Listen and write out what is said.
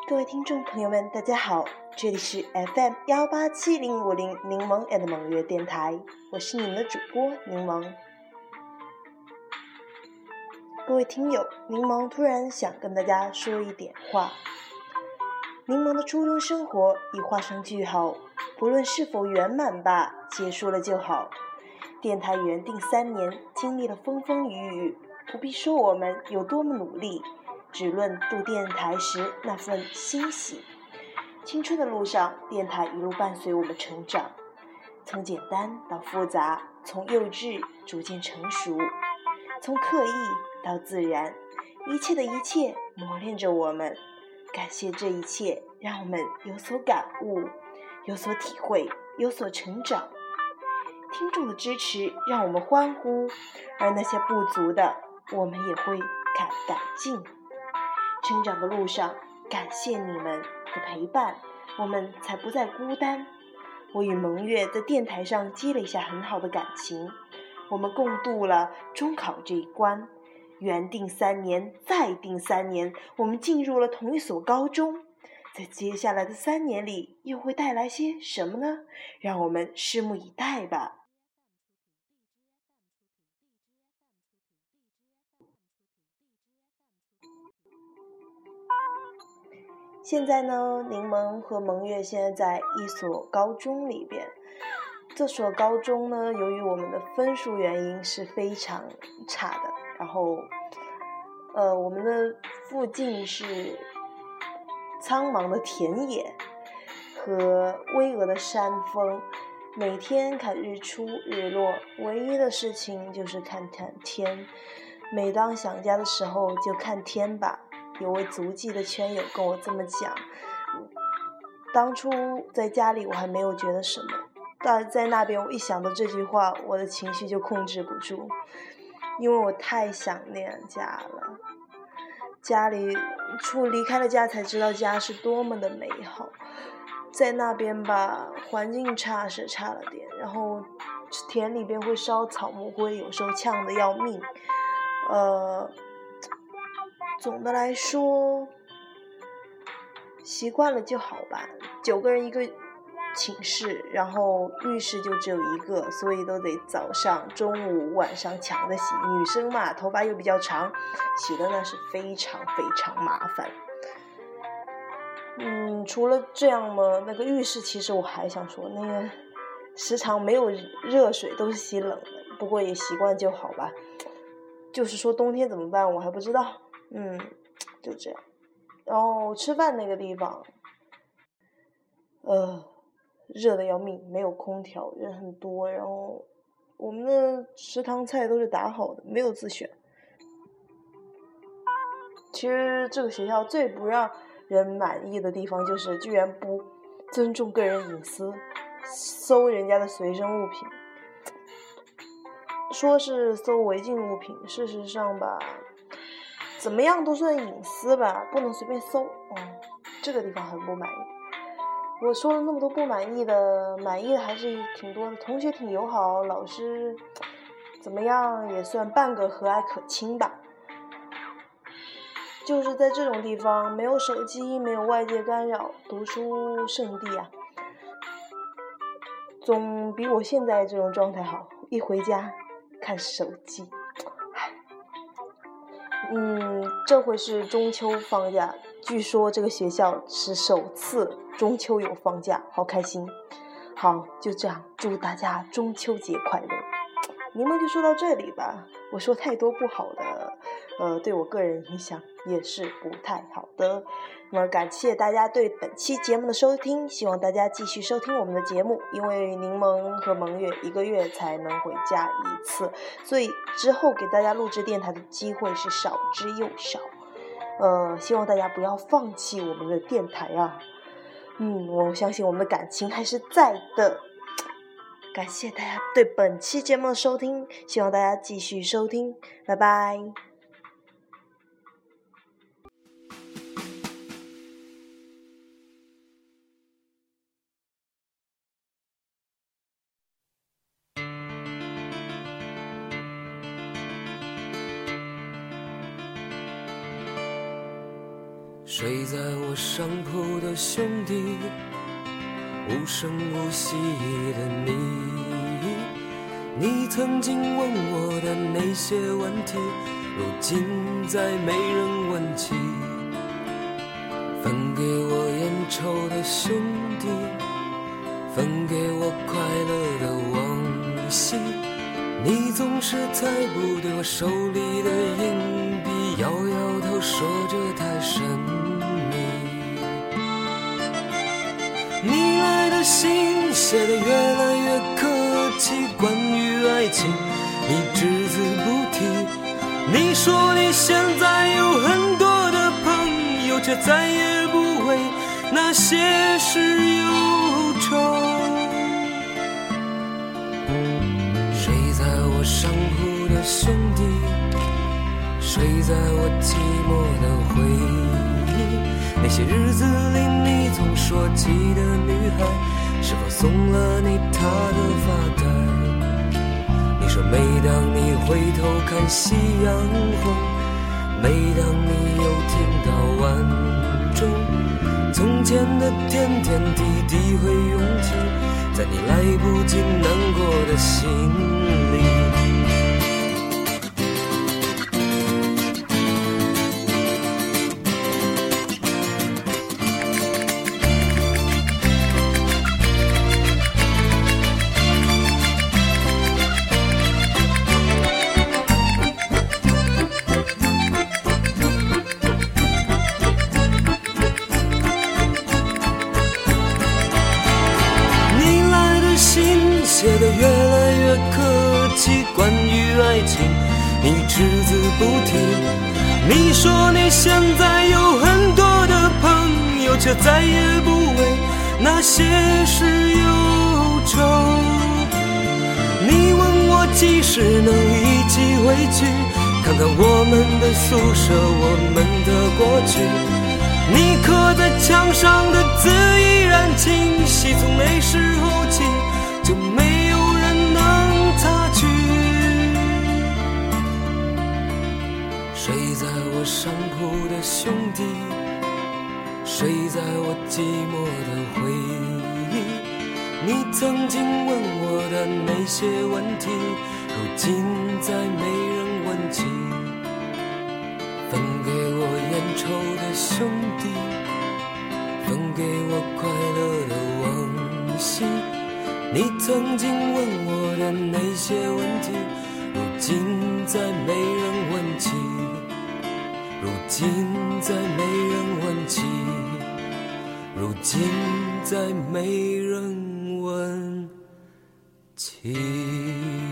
各位听众朋友们，大家好，这里是 FM1875050柠檬 and 蒙月电台，我是你们的主播柠檬。各位听友，柠檬突然想跟大家说一点话。柠檬的初中生活已画上句号，不论是否圆满吧，结束了就好。电台原定3年，经历了风风雨雨，不必说我们有多么努力，只论录电台时那份欣喜。青春的路上，电台一路伴随我们成长，从简单到复杂，从幼稚逐渐成熟，从刻意到自然，一切的一切磨练着我们。感谢这一切，让我们有所感悟，有所体会，有所成长。听众的支持让我们欢呼，而那些不足的，我们也会改进。成长的路上，感谢你们的陪伴，我们才不再孤单。我与蒙月在电台上积累下很好的感情，我们共度了中考这一关。原定3年，再定3年，我们进入了同一所高中。在接下来的3年里，又会带来些什么呢？让我们拭目以待吧。现在呢，柠檬和蒙月现在在一所高中里边。这所高中呢，由于我们的分数原因是非常差的，然后我们的附近是苍茫的田野和巍峨的山峰，每天看日出日落，唯一的事情就是看天。每当想家的时候就看天吧。有位足迹的圈友跟我这么讲，当初在家里我还没有觉得什么，但在那边我一想到这句话，我的情绪就控制不住，因为我太想念家了。家里离开了家才知道家是多么的美好。在那边吧，环境差是差了点，然后田里边会烧草木灰，有时候呛得要命。总的来说，习惯了就好吧。9个人一个寝室，然后浴室就只有一个，所以都得早上、中午、晚上抢着洗。女生嘛，头发又比较长，洗的那是非常非常麻烦。除了这样嘛，那个浴室其实我还想说，那个时常没有热水，都是洗冷的，不过也习惯就好吧。就是说冬天怎么办，我还不知道。就这样。然后吃饭那个地方，热的要命，没有空调，人很多，然后我们的食堂菜都是打好的，没有自选。其实这个学校最不让人满意的地方就是居然不尊重个人隐私，搜人家的随身物品，说是搜违禁物品，事实上吧，怎么样都算隐私吧，不能随便搜。这个地方很不满意。我说了那么多不满意的，满意的还是挺多的。同学挺友好，老师怎么样也算半个和蔼可亲吧。就是在这种地方，没有手机，没有外界干扰，读书圣地啊，总比我现在这种状态好。一回家看手机。这回是中秋放假，据说这个学校是首次中秋有放假，好开心。好，就这样，祝大家中秋节快乐。柠檬就说到这里吧，我说太多不好的，对我个人影响也是不太好的。那么感谢大家对本期节目的收听，希望大家继续收听我们的节目，因为柠檬和蒙月1个月才能回家1次，所以之后给大家录制电台的机会是少之又少。希望大家不要放弃我们的电台啊。我相信我们的感情还是在的。感谢大家对本期节目的收听，希望大家继续收听，拜拜。 睡在我上铺的兄弟，无声无息的你曾经问我的那些问题，如今再没人问起。分给我烟抽的兄弟，分给我快乐的往昔，你总是猜不对我手里的硬币，摇摇头说着太神秘。你来的信写得越来越客气，关于爱情你只字不提。你说你现在有很多的朋友，却再也不为那些事忧愁。睡在我上铺的兄弟，睡在我寂寞的回忆，那些日子里你总说起的女孩，是否送了你她的发带？你说每当你回头看夕阳红，每当你又听到晚钟，从前的点点滴滴会涌起在你来不及难过的心里。写得越来越客气，关于爱情你只字不提。你说你现在有很多的朋友，却再也不为那些事忧愁。你问我几时能一起回去，看看我们的宿舍，我们的过去。你刻在墙上的字依然清晰，从那时候起就没有人能擦去。睡在我上铺的兄弟，睡在我寂寞的回忆，你曾经问我的那些问题，如今再没人问起。分给我烟抽的兄弟，分给我快乐的往昔，你曾经问我的那些问题，如今再没人问起，如今再没人问起，如今再没人问起。